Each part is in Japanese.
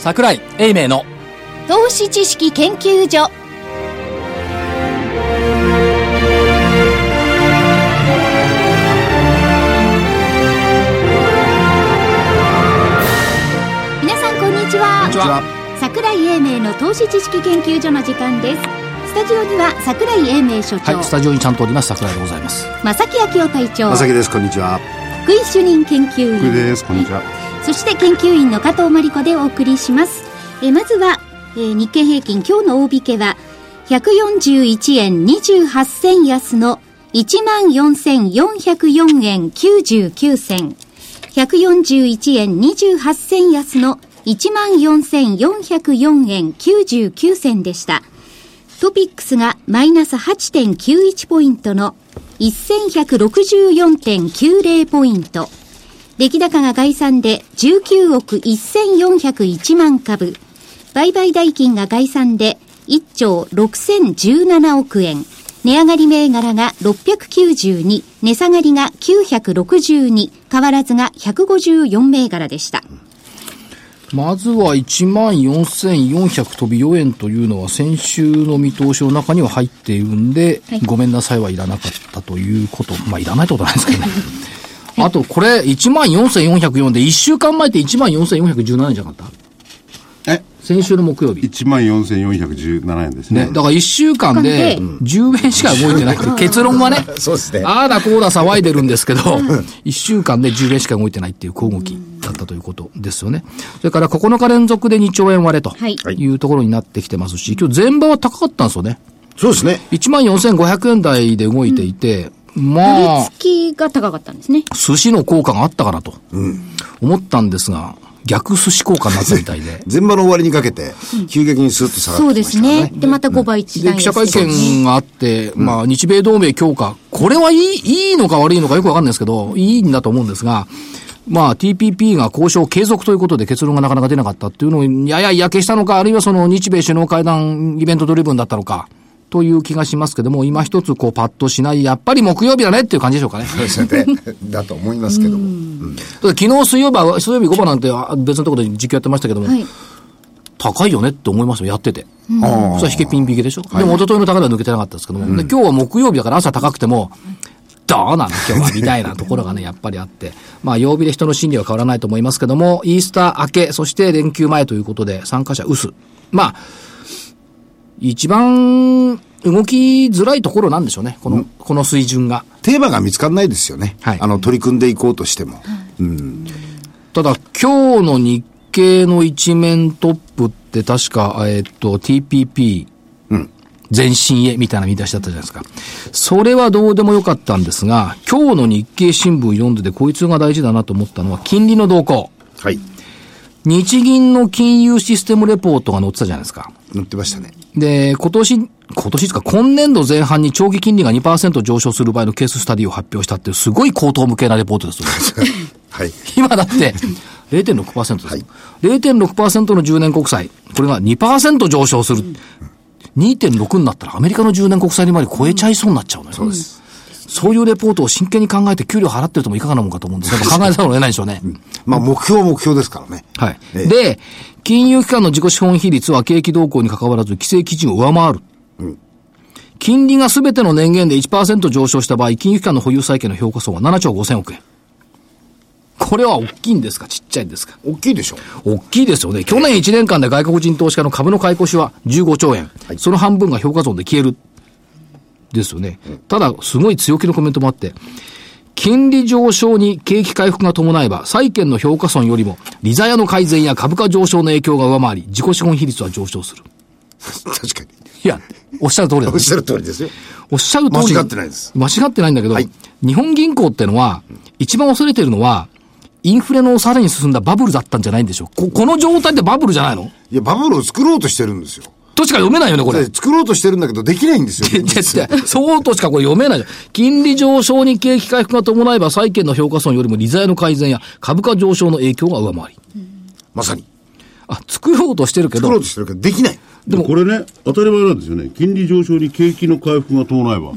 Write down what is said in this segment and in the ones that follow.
櫻井英明の投資知識研究所。皆さんこんにちは。 こんにちは。 櫻井英明の投資知識研究所の時間です。スタジオには櫻井英明所長、 はい、スタジオにちゃんとおります櫻井でございます。 正木昭夫隊長、 正木です。こんにちは。 福井主任研究員、 福井です。こんにちは。 そして研究員の加藤真理子でお送りします。まずは、日経平均今日の大引けは141円28銭安の 14,404 円99銭、141円28銭安の 14,404 円99銭でした。トピックスがマイナス 8.91 ポイントの 1164.90 ポイント。出来高が概算で19億1401万株。売買代金が概算で1兆6017億円。値上がり銘柄が692、値下がりが962、変わらずが154銘柄でした。 まずは 14,400 飛び4円というのは先週の見通しの中には入っているんで、はい、ごめんなさいはいらなかったということ。まあいらないってことないですけどね。あとこれ 14,404 で1週間前って 14,417 円じゃなかった？先週の木曜日 14,417 円ですね。 だから1週間で10円しか動いてないって結論はね。 そうですね。 ああだこうだ騒いでるんですけど、1週間で10円しか動いてないっていう小動きだったということですよね。それから9日連続で2兆円割れというところになってきてますし、今日前場は高かったんですよね。 そうですね。 14,500 円台で動いていて、まあ、 寄り付きが高かったんですね。 寿司の効果があったかなと思ったんですが、逆寿司効果になったみたいで。 前場の終わりにかけて、急激にスーッと下がってきましたね。 そうですね。で、また5倍1 で、記者会見があって、まあ、日米同盟強化。これはいいのか悪いのかよくわかんないですけど、いいんだと思うんですが、まあ、TPP が交渉継続ということで結論がなかなか出なかったっていうのを、やや嫌気したのか、あるいはその日米首脳会談イベントドリブンだったのか、という気がしますけども、今一つこうパッとしない、やっぱり木曜日だねっていう感じでしょうかね。 そうですね。だと思いますけども。 昨日水曜日5番なんて別のところで実況やってましたけども、はい、高いよねって思いますよ、やってて。それは引けピン引けでしょ。でも一昨日の高値は抜けてなかったですけども、で今日は木曜日だから朝高くても、どうなの今日はみたいなところがね、やっぱりあって。まあ曜日で人の心理は変わらないと思いますけども、イースター明け、そして連休前ということで参加者薄。まあ、一番動きづらいところなんでしょうね。この水準が。 テーマが見つかんないですよね。はい。取り組んでいこうとしても。 ただ、今日の日経の一面トップって確か、TPP、前進へみたいな見出しだったじゃないですか。それはどうでもよかったんですが、今日の日経新聞読んでてこいつが大事だなと思ったのは金利の動向。はい。日銀の金融システムレポートが載ってたじゃないですか。 載ってましたね。 で、今年ですか、今年度前半に長期金利が 2% 上昇する場合のケーススタディを発表したっていうすごい高等無形なレポートですよ。はい。今だって 0.6% です。はい。0.6% の10年国債。これが 2% 上昇する。2.6 になったらアメリカの10年国債利回り超えちゃいそうになっちゃうのよ。そうです。そういうレポートを真剣に考えて給料払ってるともいかがなもんかと思うんですけど、考えざるを得ないでしょうね。 まあ目標ですからね。 はい。で、金融機関の自己資本比率は景気動向に関わらず規制基準を上回る。金利がすべての年限で 1% 上昇した場合、金融機関の保有債権の評価損は7兆5000億円。これは大きいんですかちっちゃいんですか？ 大きいでしょ。 大きいですよね。去年1年間で外国人投資家の株の買い越しは15兆円。はい、その半分が評価損で消える。ですよね。ただ、すごい強気のコメントもあって、金利上昇に景気回復が伴えば、債券の評価損よりも、利ざやの改善や株価上昇の影響が上回り、自己資本比率は上昇する。 確かに。 いや、おっしゃる通りだ、ね。 おっしゃる通りですよ。 おっしゃる通り。 間違ってないです。 間違ってないんだけど、はい、日本銀行ってのは、一番恐れてるのは、インフレのさらに進んだバブルだったんじゃないんでしょう。この状態でバブルじゃないの？ いや、バブルを作ろうとしてるんですよ。 としか読めないよね、これ。 作ろうとしてるんだけど、できないんですよ。 そうとしかこれ読めない。金利上昇に景気回復が伴えば、債券の評価損よりも利ざやの改善や株価上昇の影響が上回り。 まさに。 作ろうとしてるけど。 できない。 でもこれね、当たり前なんですよね。金利上昇に景気の回復が伴えば。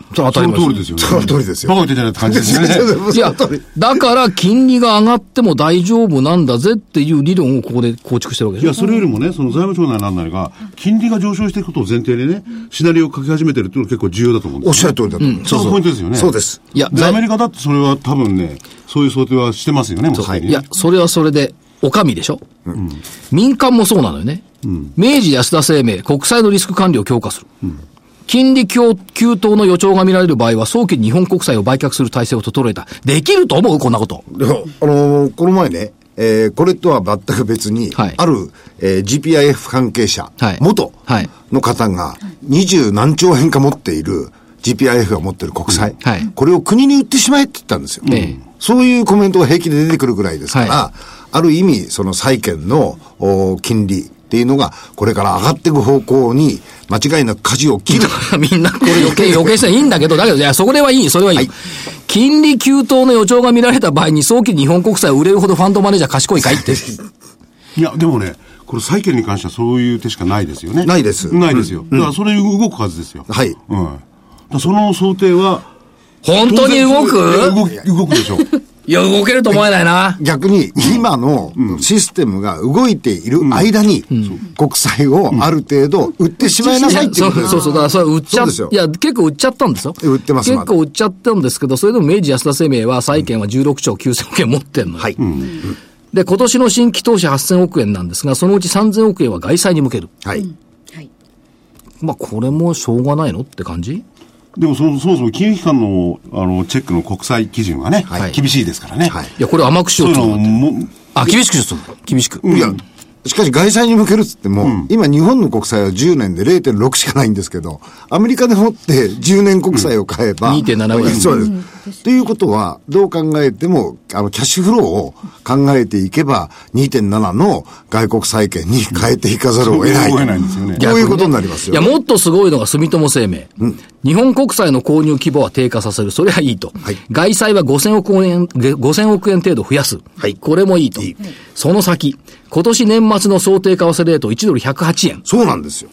その通りですよね。 その通りですよ。 バカ言ってんじゃないって感じですよね。 いや、だから金利が上がっても大丈夫なんだぜっていう理論をここで構築してるわけですよ。 いや、それよりもね、その財務省なりなんなりが、金利が上昇していくことを前提でね、シナリオを書き始めてるっていうのが結構重要だと思うんですよ。 おっしゃる通りだと思います。 そのポイントですよね。 そうです。 いや、 アメリカだってそれは多分ね、そういう想定はしてますよね、もうすでにね。 いや、それはそれで、お上でしょ、民間もそうなのよね。明治安田生命、国債のリスク管理を強化する。金利急騰の予兆が見られる場合は、早期に日本国債を売却する体制を整えた。できると思うこんなこと。 でもこの前ね、これとは全く別に、 はい、 ある、GPIF 関係者、 はい、 元の方が20何兆円か持っている GPIF が持っている国債、 はい、 これを国に売ってしまえって言ったんですよ。そういうコメントが平気で出てくるぐらいですから、はい、ある意味、その債券の金利っていうのが、これから上がっていく方向に、間違いなく舵を切る。 みんなこれ余計したらいいんだけど、だけど、いや、それはいい、それはいい。はい、金利急騰の予兆が見られた場合に、早期に日本国債を売れるほどファンドマネージャー賢いかいって。 いや、でもね、これ債券に関してはそういう手しかないですよね。 ないです。 ないですよ。だからそれ動くはずですよ。 はい。 その想定は、 本当に動く？ 動くでしょ。 いや、動けると思えないな。 逆に、今のシステムが動いている間に、国債をある程度売ってしまいなさいっていうことです。 そう、だからそれ売っちゃいや、結構売っちゃったんですよ。 売ってます。 結構売っちゃったんですけど、それでも明治安田生命は債券は16兆9000億円持ってんのよ。はい。で、今年の新規投資8000億円なんですが、そのうち3000億円は外債に向ける。はい。まあ、これもしょうがないのって感じ？ でもそもそも金融機関のチェックの国債基準はね、はい、厳しいですからね。はい、 いや、これ甘くしようと思って。厳しくしよう。厳しく。 いや、しかし外債に向けるっつっても、今日本の国債は10年で 0.6 しかないんですけど、アメリカでもって10年国債を買えば、 2.7 ぐらい。 そうです。ということは、どう考えても、キャッシュフローを考えていけば、2.7 の外国債券に変えていかざるを得ない。 得ないんですよね。 こういうことになりますよ、 ね。いや、もっとすごいのが住友生命。日本国債の購入規模は低下させる。それはいいと。はい、外債は5000億円程度増やす。はい、これもいいと。その先、今年年末の想定為替レート1ドル108円。 そうなんですよ。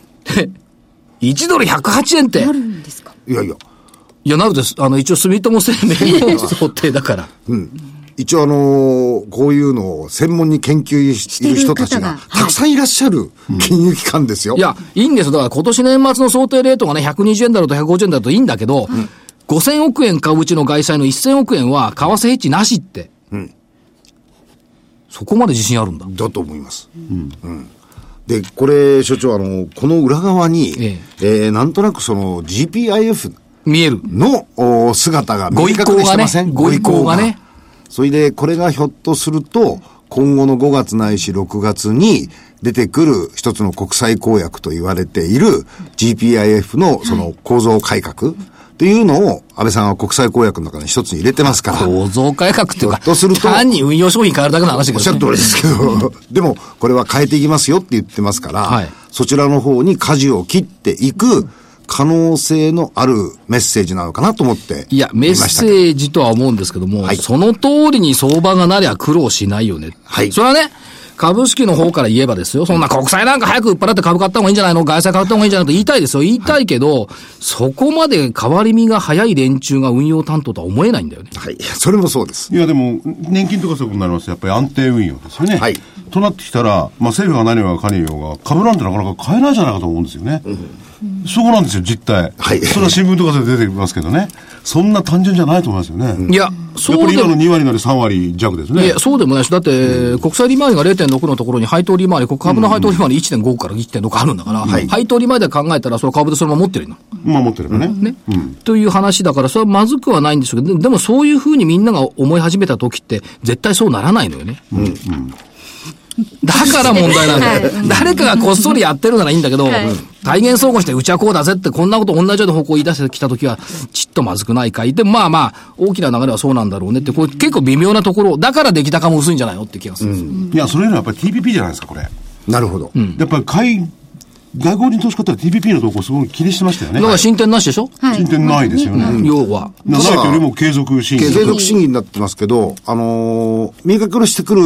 1ドル108円って。 なるんですか？ いやいや。 いや、なるです。一応住友生命の想定だから。 一応こういうのを専門に研究している人たちがたくさんいらっしゃる金融機関ですよ。 いや、いいんですよ。だから今年年末の想定レートがね、120円だろうと150円だろうといいんだけど、5000億円買ううちの外債の1000億円は為替ヘッジなしって。そこまで自信あるんだ。 だと思います。で、これ、所長、この裏側に、なんとなくその GPIF 見えるの姿が明確にしてません？ ご意向がね。 それで、これがひょっとすると、今後の5月ないし6月に出てくる一つの国際公約と言われている GPIF のその構造改革っていうのを安倍さんは国際公約の中に一つに入れてますから。 構造改革っていうか、 とすると単に運用商品変えるだけの話だけど、ね。 おっしゃる通りですけど、でもこれは変えていきますよって言ってますから、はい、そちらの方に舵を切っていく可能性のあるメッセージなのかなと思っていや、メッセージとは思うんですけども、はい、その通りに相場がなりゃ苦労しないよね。はい。それはね、株式の方から言えばですよ、そんな国債なんか早く売っ払って株買った方がいいんじゃないの？外債買った方がいいんじゃないのと言いたいですよ。言いたいけど、はい、そこまで変わり身が早い連中が運用担当とは思えないんだよね。 はい。それもそうです。 いや、でも、年金とかそういうことになりますと、やっぱり安定運用ですよね。はい。となってきたら、政府が何をかねようが、株なんてなかなか買えないじゃないかと思うんですよね。そこなんですよ、実態。はい。それは新聞とかで出てきますけどね。そんな単純じゃないと思いますよね。 いや、 そうでも。やっぱり今の2割なり3割弱ですね。 いや、そうでもないし、だって、国債利回りが 0.6 のところに配当利回り、国株の配当利回り 1.5 から 1.6 あるんだから、配当利回りで考えたら、それは株でそのまま持ってるの。 まあ持ってればね。ね。 という話だから、それはまずくはないんでしょうけど、でもそういうふうにみんなが思い始めた時って、絶対そうならないのよね。だから問題なんだよ。誰かがこっそりやってるならいいんだけど、体現相互してうちはこうだぜってこんなこと同じような方向を言い出してきたときはちっとまずくないかい。でもまあ大きな流れはそうなんだろうねって、これ結構微妙なところだから出来高も薄いんじゃないのって気がするんです。 いや、それよりはやっぱり TPP じゃないですか、これ。 なるほど。 やっぱり外国人投資家って TPP のところすごい気にしてましたよね。 だから進展なしでしょ？ 進展ないですよね。 要は。 ないとよりも継続審議。 継続審議になってますけど、明確にしてくる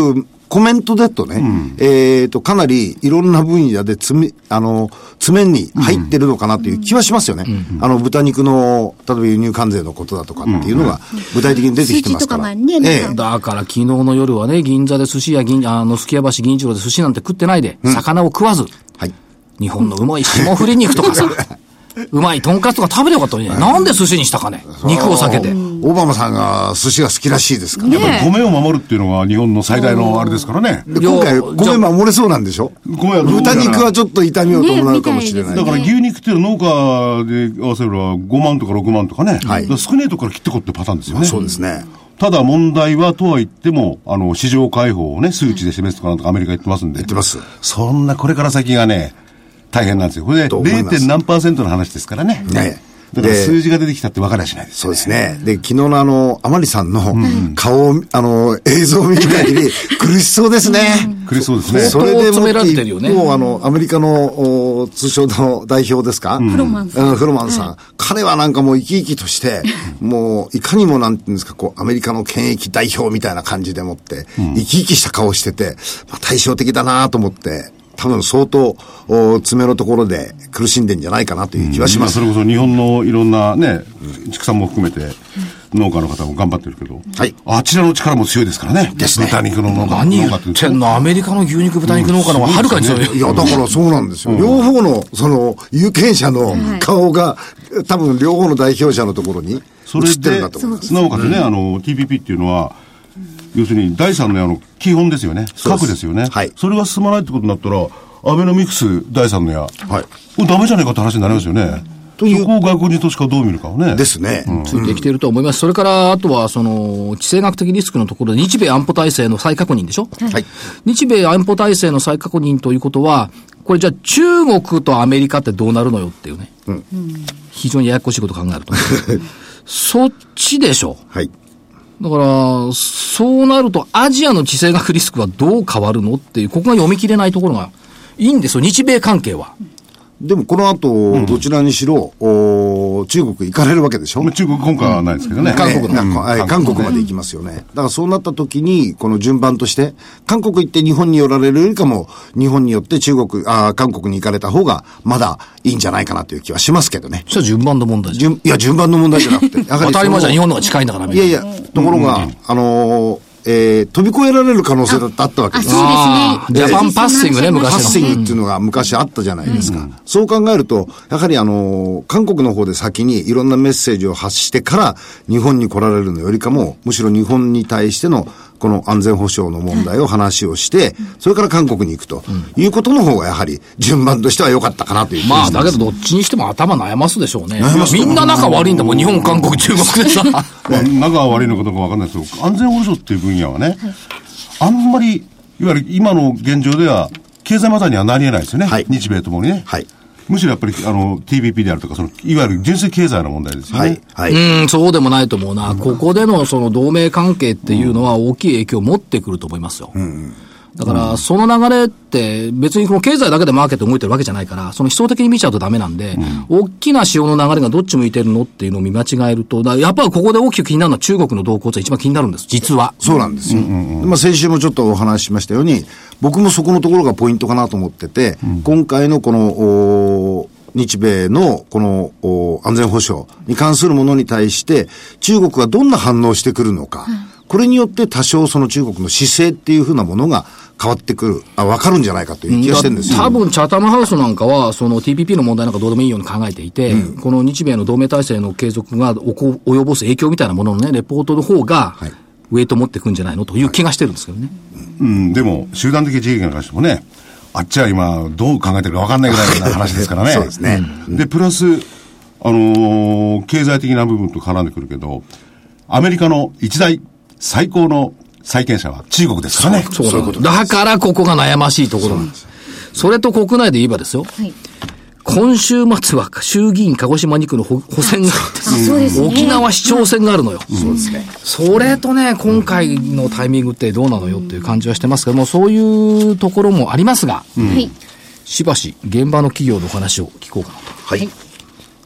コメントだとね、かなりいろんな分野で詰めに入ってるのかなという気はしますよね。豚肉の、例えば輸入関税のことだとかっていうのが具体的に出てきてますから。 だから昨日の夜はね、銀座で寿司やすきや橋銀一郎で寿司なんて食ってないで、魚を食わず、日本のうまい霜降り肉とかさ、うまいとんかつとか食べてよかったのにね。なんで寿司にしたかね。肉を避けて。 オバマさんが寿司が好きらしいですからね。 やっぱり米を守るっていうのが日本の最大のあれですからね。 今回米守れそうなんでしょ。豚肉はちょっと痛みを伴うかもしれない。 だから牛肉っていうのは農家で合わせれば5万とか6万とかね。少ねえとこから切ってこってパターンですよね。 そうですね。 ただ問題はとは言っても、市場開放をね、数値で示すとかなんとかアメリカ言ってますんで。 言ってます。 そんなこれから先がね、大変なんですよ。これで 0. 何%の話ですからね。だから数字が出てきたって分かりゃしないです、ね。 そうですね。で、昨日の甘利さんの顔を、映像を見る限り苦しそうですね。 苦しそうですね。 それでもうアメリカの通商の代表ですか、フロマンさん。彼はなんかもう生き生きとして、もういかにもなんていうんですか、アメリカの権益代表みたいな感じでもって、生き生きした顔してて、対照的だなと思って、多分相当詰めのところで苦しんでんじゃないかなという気はします。 それこそ日本のいろんなね、畜産も含めて農家の方も頑張ってるけど、あちらの力も強いですからね。 ですね。 豚肉の農家。 何言ってんの、アメリカの牛肉豚肉農家の方がはるかに強い。 いや、だからそうなんですよ。両方の、有権者の顔が、多分両方の代表者のところに映ってるんだと思います。 なおかつね、TPP っていうのは、要するに第三の基本ですよね。核ですよね。それが進まないってことになったら、アベノミクス第三の矢。ダメじゃないかって話になりますよね。そこを外国人投資家どう見るかをね。 ですね。 ついてきていると思います。それから、あとは、地政学的リスクのところで、日米安保体制の再確認でしょ。日米安保体制の再確認ということは、これじゃあ中国とアメリカってどうなるのよっていうね。非常にややこしいことを考えると。そっちでしょ。だから、そうなると、アジアの地政学リスクはどう変わるのっていう、ここが読み切れないところがいいんですよ、日米関係は。 でもこの後、どちらにしろ、中国行かれるわけでしょ。 中国今回はないですけどね。 韓国まで行きますよね。だからそうなった時に、この順番として、韓国行って日本に寄られるよりかも、日本によって韓国に行かれた方が、まだいいんじゃないかなという気はしますけどね。 それは順番の問題じゃん。いや、順番の問題じゃなくて。 当たり前じゃん、日本の方が近いんだから。 いやいや、ところが、飛び越えられる可能性だってあったわけです。 そうですね。 ジャパンパッシングね、昔の。 パッシングっていうのが昔あったじゃないですか。そう考えると、やはり韓国の方で先にいろんなメッセージを発してから日本に来られるのよりかも、むしろ日本に対してのこの安全保障の問題を話をして、それから韓国に行くということの方がやはり順番としては良かったかなという気がします。 だけどどっちにしても頭悩ますでしょうね。みんな仲悪いんだもん、日本、韓国、中国でさ。 仲悪いのかどうか分かんないですけど、安全保障っていう分野はね、あんまり、いわゆる今の現状では、経済マターにはなり得ないですよね。日米ともにね。むしろやっぱりTPP であるとかいわゆる純粋経済の問題ですよね。 そうでもないと思うな。ここでの同盟関係っていうのは大きい影響を持ってくると思いますよ。だから、その流れって、別にこの経済だけでマーケット動いてるわけじゃないから、悲壮的に見ちゃうとダメなんで、大きな潮の流れがどっち向いてるのっていうのを見間違えると、やっぱりここで大きく気になるのは中国の動向が一番気になるんです、実は。 そうなんですよ。先週もちょっとお話ししましたように、僕もそこのところがポイントかなと思ってて、今回のこの、日米のこの安全保障に関するものに対して中国はどんな反応をしてくるのか、これによって多少その中国の姿勢っていうふうなものが変わってくる、分かるんじゃないかという気がしてるんですよ。 多分チャタムハウスなんかはTPP の問題なんかどうでもいいように考えていて、この日米の同盟体制の継続が及ぼす影響みたいなもののね、レポートの方が、ウェイト持ってくんじゃないのという気がしてるんですけどね。 でも集団的自衛権に関してもね、あっちは今どう考えてるか分かんないぐらいの話ですからね。 そうですね。 で、プラス、経済的な部分と絡んでくるけど、アメリカの一大最高の債権者は中国ですからね。 そういうこと。だからここが悩ましいところなんです。それと国内で言えばですよ。今週末は衆議院鹿児島2区の補選があって、沖縄市長選があるのよ。そうですね。それとね、今回のタイミングってどうなのよっていう感じはしてますけども、そういうところもありますが、しばし現場の企業のお話を聞こうかなと。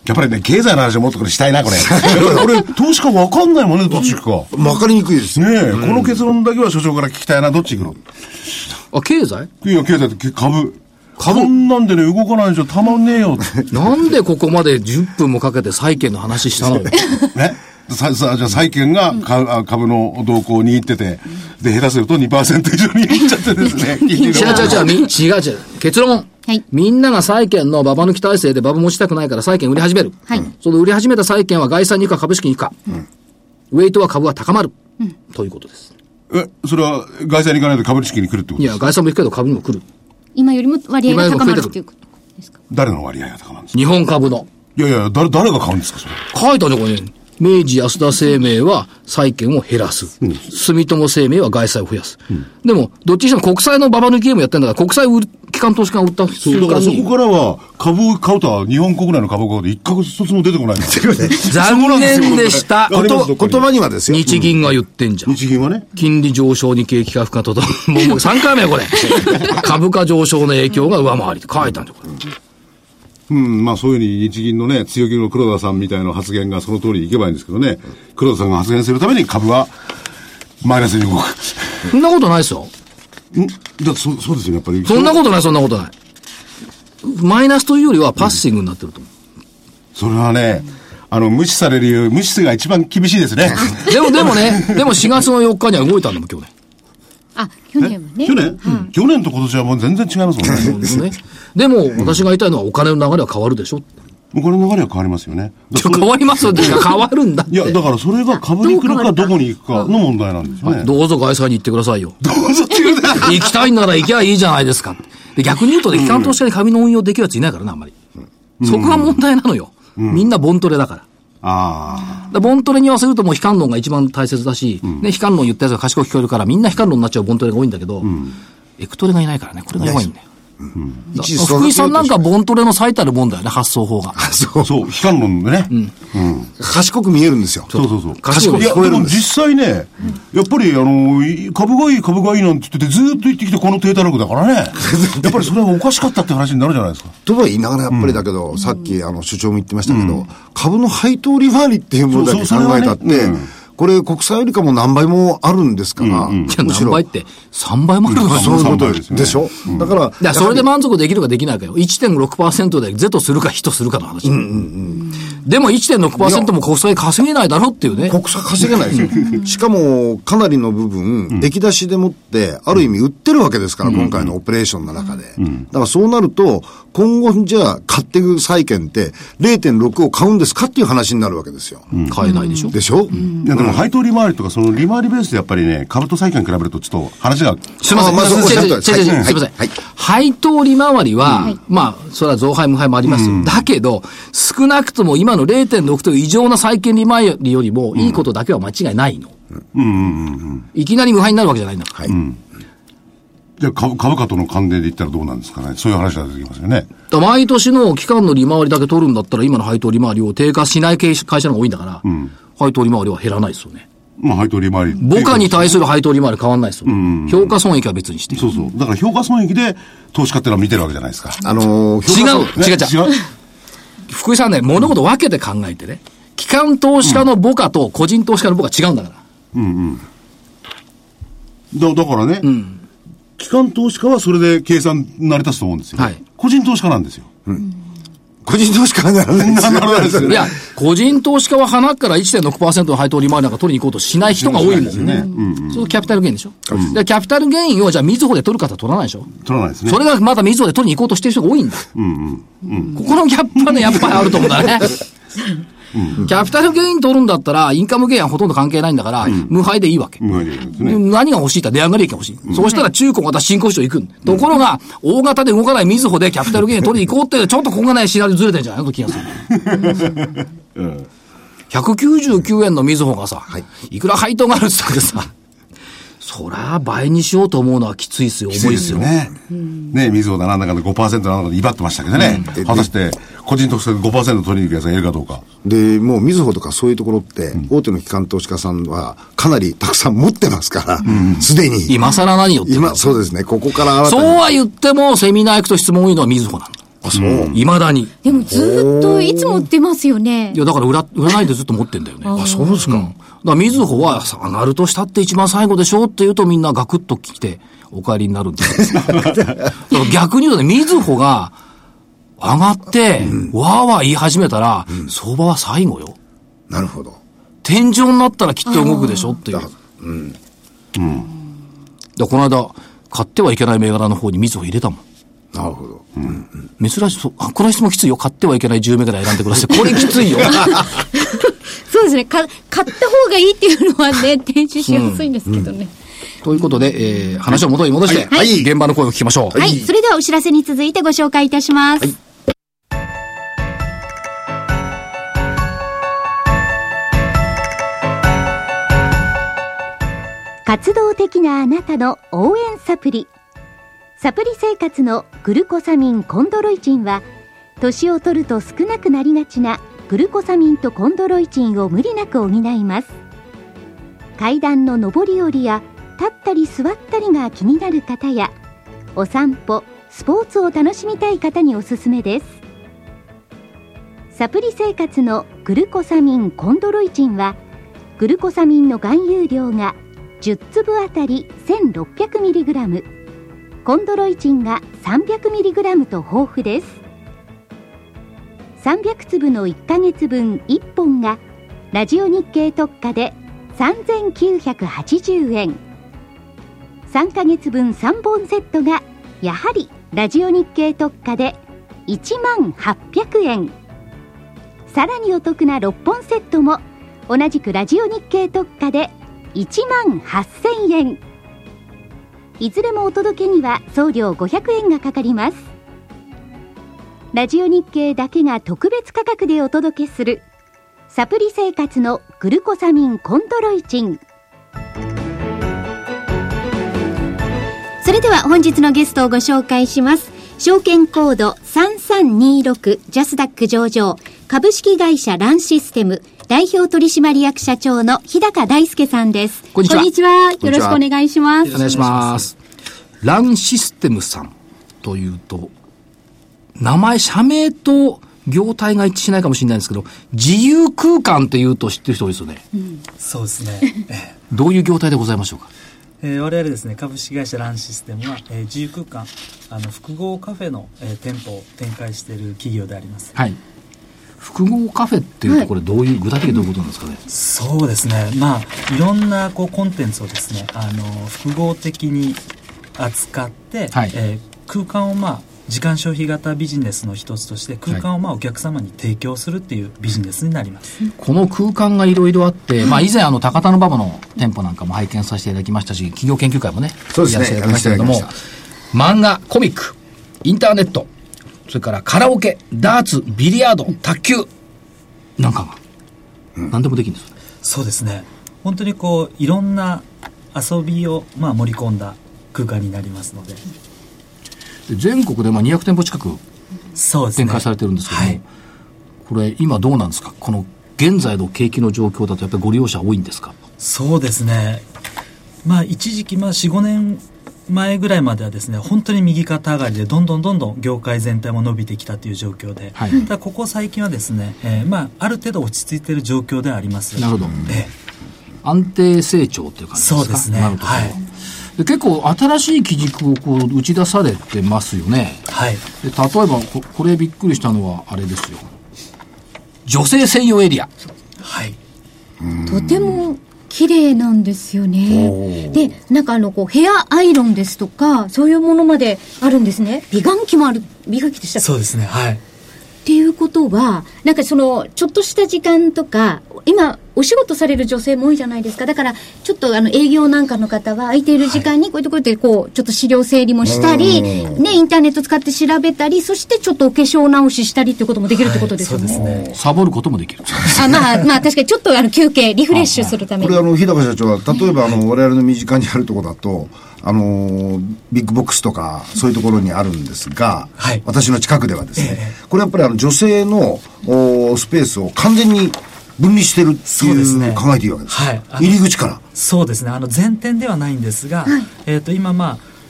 やっぱりね、経済の話をもっとこれしたいな、これ。俺、投資家分かんないもんね、どっち行くか。 分かりにくいですね。この結論だけは所長から聞きたいな、どっち行くの？ あ、経済？ いや、経済って株なんでね、動かないでしょ、たまんねえよ。 なんでここまで10分もかけて債券の話したのよ。 ね。じゃあ債券が株の動向を握ってて、で、下手すると 2% 以上握っちゃってですね。 違う。結論。はい。みんなが債券のババ抜き体制でババ持ちたくないから債券売り始める。はい。その売り始めた債券は概算に行くか株式に行くか。ウェイトは株は高まる。ということです。 それは概算に行かないと株式に来るってことですか？ いや、概算も行くけど株にも来る。 今よりも割合が高まるっていうことですか？ 誰の割合が高まるんですか？ 日本株の。 いや、誰が買うんですか、それ。 書いたね、これね。明治安田生命は債券を減らす。住友生命は外債を増やす。でも、どっちにしても国債のババ抜きゲームやってんだから、国債機関投資家が売ったそう、だからそこからは株を買うとは日本国内の株を買うと一角一つも出てこないんですよ。 残念でした。 言葉にはですよ。 日銀が言ってんじゃん。 日銀はね。 金利上昇に景気回復がともう3回目よ、これ。株価上昇の影響が上回りって書いたんだよ、これ。 まあそういうふうに日銀のね、強気の黒田さんみたいな発言がその通りにいけばいいんですけどね、黒田さんが発言するために株はマイナスに動く。 そんなことないですよ。 そうですよね、やっぱり。 そんなことない。マイナスというよりはパッシングになってると思う。 それはね、無視される無視が一番厳しいですね。 でも4月の4日には動いたんだもん、今日ね。 あ、去年はね。 去年と今年はもう全然違いますもんね。 でも、私が言いたいのはお金の流れは変わるでしょ。 お金の流れは変わりますよね。 変わりますよって変わるんだって。 いや、だからそれが株に来るかどこに行くかの問題なんですよね。 どうぞ外債に行ってくださいよ。 どうぞって言うな。 行きたいなら行きゃいいじゃないですか。で逆に言うとね、機関投資家に株の運用できるやついないからな、あんまり。そこが問題なのよ。みんなボントレだから。ボントレに言わせるともう悲観論が一番大切だし、悲観論言ったやつが賢く聞こえるからみんな悲観論になっちゃうボントレが多いんだけど、エクトレがいないからね、これが弱いんだよ。福井さんなんかボントレの最たるもんだよね、発想法が。 そう、悲観論でね。 賢く見えるんですよ。 そう。 賢く聞こえるんです。 実際ね、やっぱり株がいいなんて言っててずーっと言ってきてこの低たらくだからね。やっぱりそれはおかしかったって話になるじゃないですか。 とは言いながらやっぱりだけど、さっき所長も言ってましたけど、株の配当利回りっていうものだけ考えたって、これ国債よりかも何倍もあるんですから。 何倍って3倍もあるのかそういうことでしょ。だから、 それで満足できるかできないかよ。1.6% で是とするか非とするかの話。でも 1.6% も国債稼げないだろっていうね。 国債稼げないですよ。しかも、かなりの部分、出来しでもって、ある意味売ってるわけですから、今回のオペレーションの中で。だからそうなると、今後じゃあ買っていく債券って 0.6 を買うんですかっていう話になるわけですよ。 買えないでしょ。 でしょ。 いやでも配当利回りとかその利回りベースでやっぱりね、株と債券比べるとちょっと話が。 すいません。すいません。配当利回りは、まあ、それは増配無配もありますよ。だけど、少なくとも今の 0.6 という異常な債券利回りよりもいいことだけは間違いないの。いきなり無配になるわけじゃないんだから。 じゃあ株価との関連で言ったらどうなんですかね。そういう話が出てきますよね。 毎年の期間の利回りだけ取るんだったら今の配当利回りを低下しない会社の方が多いんだから、配当利回りは減らないですよね。 まあ配当利回り。 母価に対する配当利回り変わんないですよ。評価損益は別にして。 そう。だから評価損益で投資家ってのは見てるわけじゃないですか。 違う。福井さんね、物事分けて考えてね。機関投資家の母価と個人投資家の母価違うんだから。 だからね、機関投資家はそれで計算成り立つと思うんですよ。個人投資家なんですよ。 個人投資家はならないですよ。 いや、個人投資家は鼻から 1.6% の配当利回りなんか取りに行こうとしない人が多いもんね。そのキャピタルゲインでしょ。で、キャピタルゲインをじゃあみずほで取る方は取らないでしょ。 取らないですね。 それがまたみずほで取りに行こうとしてる人が多いんだ。ここのギャップはね、やっぱりあると思うんだね。キャピタルゲイン取るんだったら、インカムゲインはほとんど関係ないんだから、無配でいいわけ。 無配でいいですね。 何が欲しいって値上がり益が欲しい。そうしたら中古型新興市場行くん。ところが、大型で動かないみずほでキャピタルゲイン取りに行こうって、ちょっとここがね、シナリオずれてんじゃないのと気がする。199円のみずほがさ、いくら配当があるって言ってさ、そら倍にしようと思うのはきついですよ、重いですよ。 ね、みずほだなんだかの 5% なんだかで威張ってましたけどね。果たして、個人投資家で 5% 取りに行くやつがいるかどうか。 で、もうみずほとかそういうところって、大手の機関投資家さんはかなりたくさん持ってますから、すでに。 今更何よって。 そうですね、ここからそうは言っても、セミナー行くと質問多いのはみずほなの。 あ、そう。 未だに。 でもずっといつも売ってますよね。 いや、だから売らないでずっと持ってんだよね。 あ、そうですか。 だからみずほは上がるとしたって一番最後でしょって言うとみんなガクッと来てお帰りになるんですよ。だから逆に言うとね、みずほが上がって、わーわー言い始めたら、相場は最後よ。 なるほど。 天井になったらきっと動くでしょっていう。でこの間、買ってはいけない銘柄の方にみずほ入れたもん。 なるほど。 珍しい。この質問きついよ。買ってはいけない10銘柄選んでください。これきついよ。 そうですね。買った方がいいっていうのはね、提示しやすいんですけどね。 ということで、話を元に戻して、現場の声を聞きましょう。 はい。それではお知らせに続いてご紹介いたします。活動的なあなたの応援サプリ。サプリ生活のグルコサミンコンドロイチンは、年を取ると少なくなりがちなグルコサミンとコンドロイチンを無理なく補います。階段の上り下りや立ったり座ったりが気になる方や、お散歩、スポーツを楽しみたい方におすすめです。サプリ生活のグルコサミンコンドロイチンは、グルコサミンの含有量が10粒あたり 1600mg、 コンドロイチンが 300mg と豊富です。300粒の1ヶ月分1本がラジオ日経特価で3980円、3ヶ月分3本セットがやはりラジオ日経特価で10800円、さらにお得な6本セットも同じくラジオ日経特価で18000円。いずれもお届けには送料500円がかかります。ラジオ日経だけが特別価格でお届けするサプリ生活のグルコサミンコンドロイチン。それでは本日のゲストをご紹介します。証券コード3326ジャスダック上場株式会社ランシステム代表取締役社長の日高大輔さんです。 こんにちは。 こんにちは。よろしくお願いします。 お願いします。ランシステムさんというと、名前、社名と業態が一致しないかもしれないんですけど、自由空間っていうと知ってる人多いですよね。 そうですね。 どういう業態でございましょうか。 我々ですね、株式会社ランシステムは、自由空間、複合カフェの、店舗を展開している企業であります。 はい。複合カフェっていうとこれどういう、具体的にどういうことなんですかね。 そうですね。いろんなコンテンツをですね、複合的に扱って、空間を時間消費型ビジネスの一つとして空間をお客様に提供するっていうビジネスになります。 この空間がいろいろあって、以前高田馬場の店舗なんかも拝見させていただきましたし、企業研究会もね、 そうですね、 やらせていただきましたけれども、漫画、コミック、インターネット、それからカラオケ、ダーツ、ビリヤード、卓球なんかが、何でもできるんですよね。 そうですね。本当にいろんな遊びを盛り込んだ空間になりますので。 全国で200店舗近く展開されてるんですけども、これ今どうなんですか。この現在の景気の状況だとやっぱりご利用者多いんですか。 そうですね。一時期4、5年前ぐらいまではですね、本当に右肩上がりでどんどん業界全体も伸びてきたという状況で、ただここ最近はですね、ある程度落ち着いている状況ではあります。 なるほど。安定成長という感じですか。 そうですね。 で結構新しい基軸を打ち出されてますよね。で例えばこれびっくりしたのはあれですよ。女性専用エリア。 とても綺麗なんですよね。でなんかヘアアイロンですとかそういうものまであるんですね。美顔器もある。美顔器でしたっけ。 そうですね。 っていうことはなんかちょっとした時間とか今お仕事される女性も多いじゃないですか。だからちょっと営業なんかの方は空いている時間にこういうところでちょっと資料整理もしたり、ね、インターネット使って調べたり、そしてちょっとお化粧直ししたりっていうこともできるってことですよね。 そうですね。 サボることもできる。 確かにちょっと休憩リフレッシュするために。 これ日高社長は例えば我々の身近にあるところだとビッグボックスとかそういうところにあるんですが、私の近くではですね、これやっぱり女性のスペースを完全に分離してるっていう考えていいわけですか。入り口から。 そうですね。全店ではないんですが、今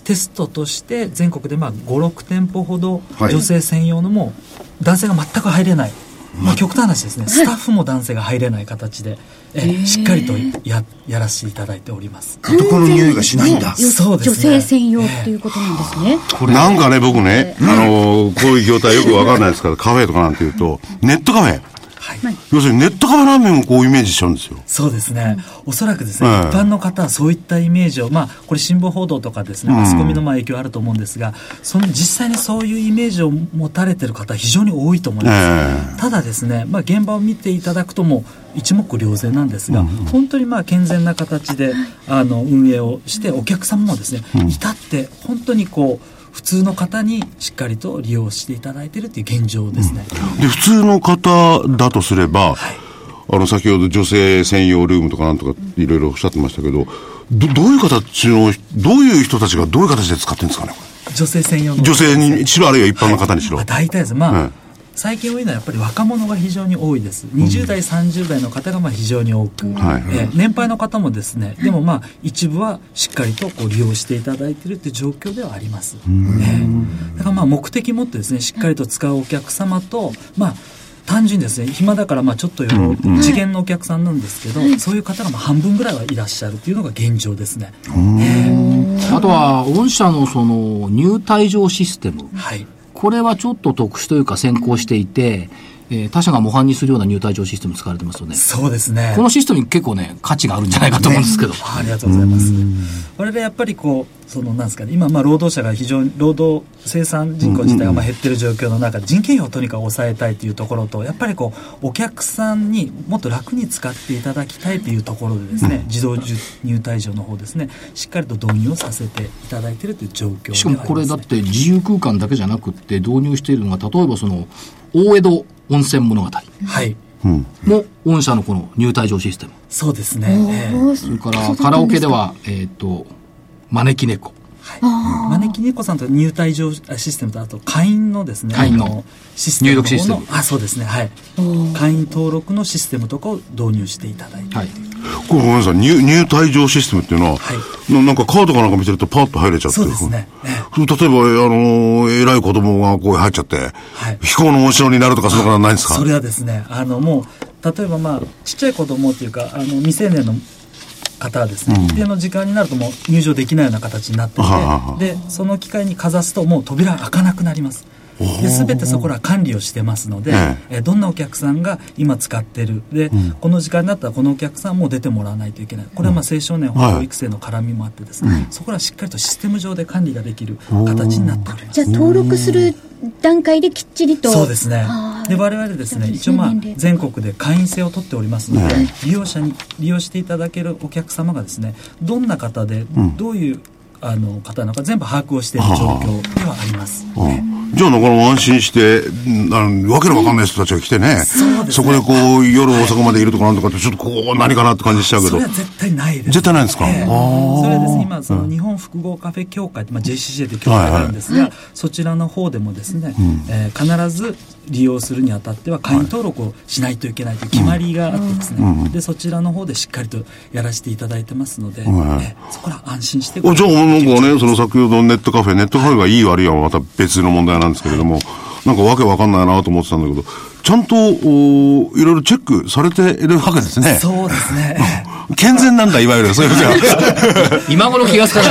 テストとして全国で5、6店舗ほど女性専用のもう男性が全く入れない、極端な話ですね、スタッフも男性が入れない形で、しっかりとやらせていただいております。 男の匂いがしないんだ。 そうですね。 女性専用っていうことなんですね。 なんかね、僕ね、こういう業態よくわかんないですから、カフェとかなんていうと、ネットカフェ。要するにネットカフェラーメンをこうイメージしちゃうんですよ。 そうですね。おそらくですね、一般の方はそういったイメージを、これ新聞報道とかですね、マスコミの影響あると思うんですが、実際にそういうイメージを持たれている方は非常に多いと思います。ただですね、現場を見ていただくとも一目瞭然なんですが、本当に健全な形で運営をして、お客様もですね、至って本当に普通の方にしっかりと利用していただいているという現状ですね。 で、普通の方だとすれば、先ほど女性専用ルームとかなんとかいろいろおっしゃってましたけど、どういう形の、どういう人たちがどういう形で使ってるんですかね、これ。 女性専用の。 女性にしろ、あるいは一般の方にしろ。 大体です。最近多いのはやっぱり若者が非常に多いです。20代、30代の方が非常に多く、年配の方もですね、でも一部はしっかりと利用していただいているという状況ではあります。だから目的持ってですね、しっかりと使うお客様と、単純にですね、暇だからちょっと次元のお客さんなんですけど、そういう方が半分ぐらいはいらっしゃるというのが現状ですね。 あとは御社のその入退場システム、これはちょっと特殊というか先行していて、他社が模範にするような入退場システム使われてますよね。 そうですね。 このシステムに結構ね、価値があるんじゃないかと思うんですけど。 ありがとうございます。我々やっぱりなんですかね、今労働者が非常に、労働生産人口自体が減ってる状況の中で、人件費をとにかく抑えたいというところと、やっぱりお客さんにもっと楽に使っていただきたいというところでですね、自動入退場の方ですね、しっかりと導入をさせていただいているという状況でありますね。 しかもこれだって自由空間だけじゃなくって導入しているのが、例えば大江戸温泉物語。も御社のこの入退場システム。 そうですね。 それからカラオケでは招き猫。 招き猫さんと入退場システムと、あと会員のですね、システムの入力システム。 そうですね。会員登録のシステムとかを導入していただいて。 これごめんなさい、入退場システムっていうのは、なんかカードかなんか見てるとパッと入れちゃって。 そうですね。 例えば、偉い子供が入っちゃって、非行の温床になるとかそういうことはないんですか？ それはですね、もう、例えばちっちゃい子供っていうか、未成年の方はですね、一定の時間になるともう入場できないような形になっていて、で、その機会にかざすともう扉が開かなくなります。で、全てそこら管理をしてますので、どんなお客さんが今使ってる。で、この時間になったらこのお客さんも出てもらわないといけない。これは青少年保護育成の絡みもあってですね、そこらしっかりとシステム上で管理ができる形になっております。 じゃあ登録する段階できっちりと。 そうですね。で、我々ですね、一応全国で会員制を取っておりますので、利用者に利用していただけるお客様がですね、どんな方で、どういう方なのか全部把握をしている状況ではあります。 じゃあ、安心して、わけのわかんない人たちが来てね、そこで夜遅くまでいるとかなんとかって、ちょっと何かなって感じしちゃうけど。 それは絶対ないです。 絶対ないんですか？ それですね、今、日本複合カフェ協会、JCCA という協会があるんですが、そちらの方でもですね、必ず利用するにあたっては会員登録をしないといけないという決まりがあってですね、で、そちらの方でしっかりとやらせていただいてますので、そこら安心してじゃあ、なんかね、先ほどネットカフェがいい悪いはまた別の問題なんですけれども、なんかわけわかんないなと思ってたんだけど、ちゃんといろいろチェックされているわけですね。 そうですね。 健全なんだ、いわゆる。そういう意味では。 今頃気がつかない。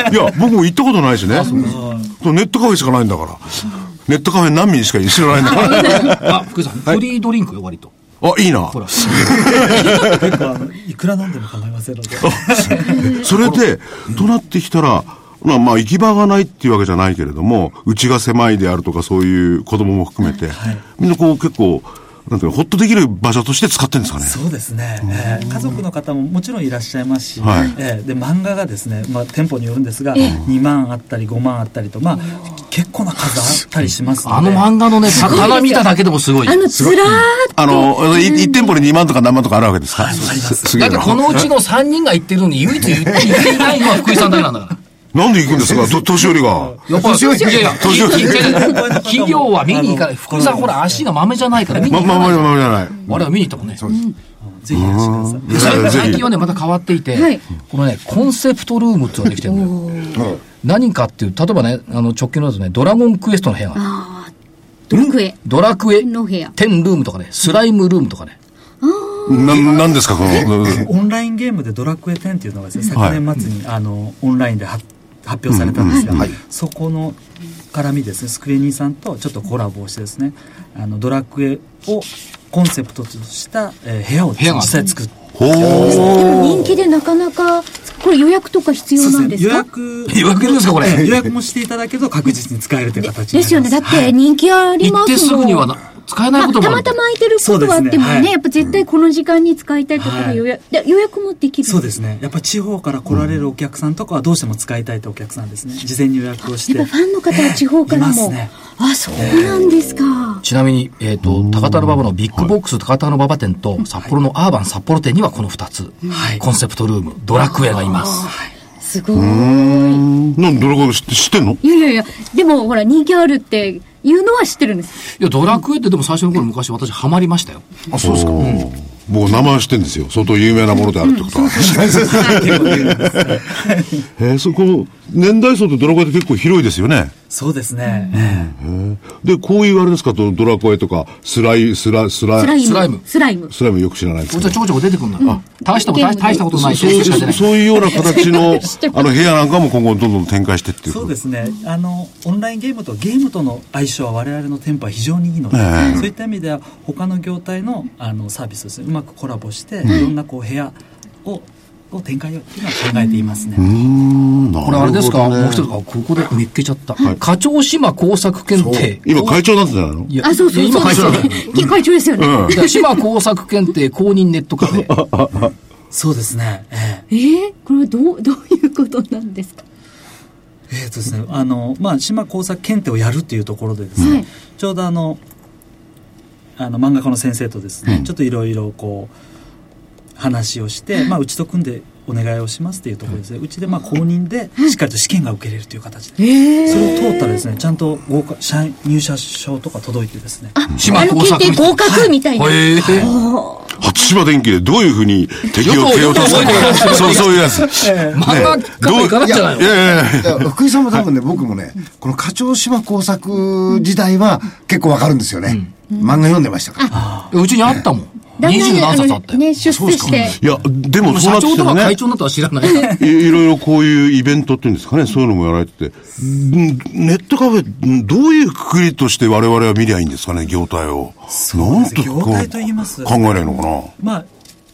いや、僕も行ったことないしね。ネットカフェしかないんだから。ネットカフェ何人しか知らないんだから。 福井さん、フリードリンクよ、割と。 いいな。 ほら。結構いくら飲んでも構いませんので。 それで、となってきたら、行き場がないっていうわけじゃないけれども、家が狭いであるとかそういう子供も含めて、みんな結構、なんていうの、ほっとできる場所として使ってるんですかね。 そうですね。家族の方ももちろんいらっしゃいますし、で、漫画がですね、店舗によるんですが、2万あったり5万あったりと、結構な数あったりしますので。 漫画のね、棚見ただけでもすごい。 ずらーっと。 1店舗に2万とか何万とかあるわけですか？ だってこのうちの3人が言ってるのに唯一言っていないのは福井さんだけなんだから。 なんで行くんですか、年寄りが。 年寄り、いやいや、企業は見に行かない。福井さんほら足が豆じゃないから見に行かない。豆じゃない。我々見に行ったもんね。 ぜひいらしてください。 最近はね、また変わっていて、このね、コンセプトルームってのができてるんだよ。 何かっていう、例えばね、直近のだとね、ドラゴンクエストの部屋がある。ドラクエの部屋。テンルームとかね、スライムルームとかね。 何ですか、この。 オンラインゲームでドラクエ10っていうのがですね、昨年末に、オンラインで発表されたんですが、そこの絡みですね、スクエニさんとちょっとコラボをしてですね、ドラクエをコンセプトとした部屋を実際作って。 でも人気でなかなかこれ予約とか必要なんですか？ 予約ですかこれ？ 予約もしていただけると確実に使えるという形ですよね。だって人気ありますもん。 行ってすぐには使えないこともある。 たまたま空いてることはあってもね、やっぱ絶対この時間に使いたいとか予約もできる。 そうですね。やっぱ地方から来られるお客さんとかはどうしても使いたいというお客さんですね。事前に予約をして。 やっぱファンの方は地方からも。いますね。あ、そうなんですか。 ちなみに、高田馬場のビッグボックス高田馬場店と札幌のアーバン札幌店にはこの2つ、コンセプトルーム、ドラクエがいます。 すごい。 なんでドラクエ知ってんの？ いや、でもほら人気あるっていうのは知ってるんです。 いや、ドラクエってでも最初の頃昔私ハマりましたよ。 あ、そうですか。僕名前知ってるんですよ。相当有名なものであるってことは。そこ年代層とドラクエって結構広いですよね。 そうですね。 で、こういうあれですかと、ドラクエとかスライムよく知らないですけど。 ちょこちょこ出てくるんだ。大したことない。 そういうような形の部屋なんかも今後どんどん展開してっていう。 そうですね。オンラインゲームとの相性は我々の店舗は非常にいいので、そういった意味では他の業態のサービスですね、うまくコラボしていろんな部屋を展開っていうのは考えていますね。 これあれですか、もう一つここで見っけちゃった。課長島工作検定。 今会長なんじゃないの？ あ、そう今会長会長ですよね。 島工作検定公認ネットカフェ。 そうですね。 これはどういうことなんですか？ ですね、島工作検定をやるっていうところでですね、ちょうど漫画家の先生とですね、ちょっといろいろ話をして、うちと組んでお願いをしますっていうところですね。うちで公認でしっかりと試験が受けれるという形で、それを通ったらですね、ちゃんと入社証とか届いてですね、 島工作検定合格みたいな。 初島電機でどういうふうに敵を蹴落とすか、そういうやつ。 どういかなっちゃないの？福井さんも多分ね、僕もね、この課長島工作時代は結構わかるんですよね。漫画読んでましたから。 うちにあったもん。20何冊あったよ。 ね、出世して。 いや、でもそうなってきたらね。 会長になったら知らない。 いろいろこういうイベントっていうんですかね、そういうのもやられてて。ネットカフェ、どういうくくりとして我々は見りゃいいんですかね、業態を。 なんと業態と言います。 考えないのかな。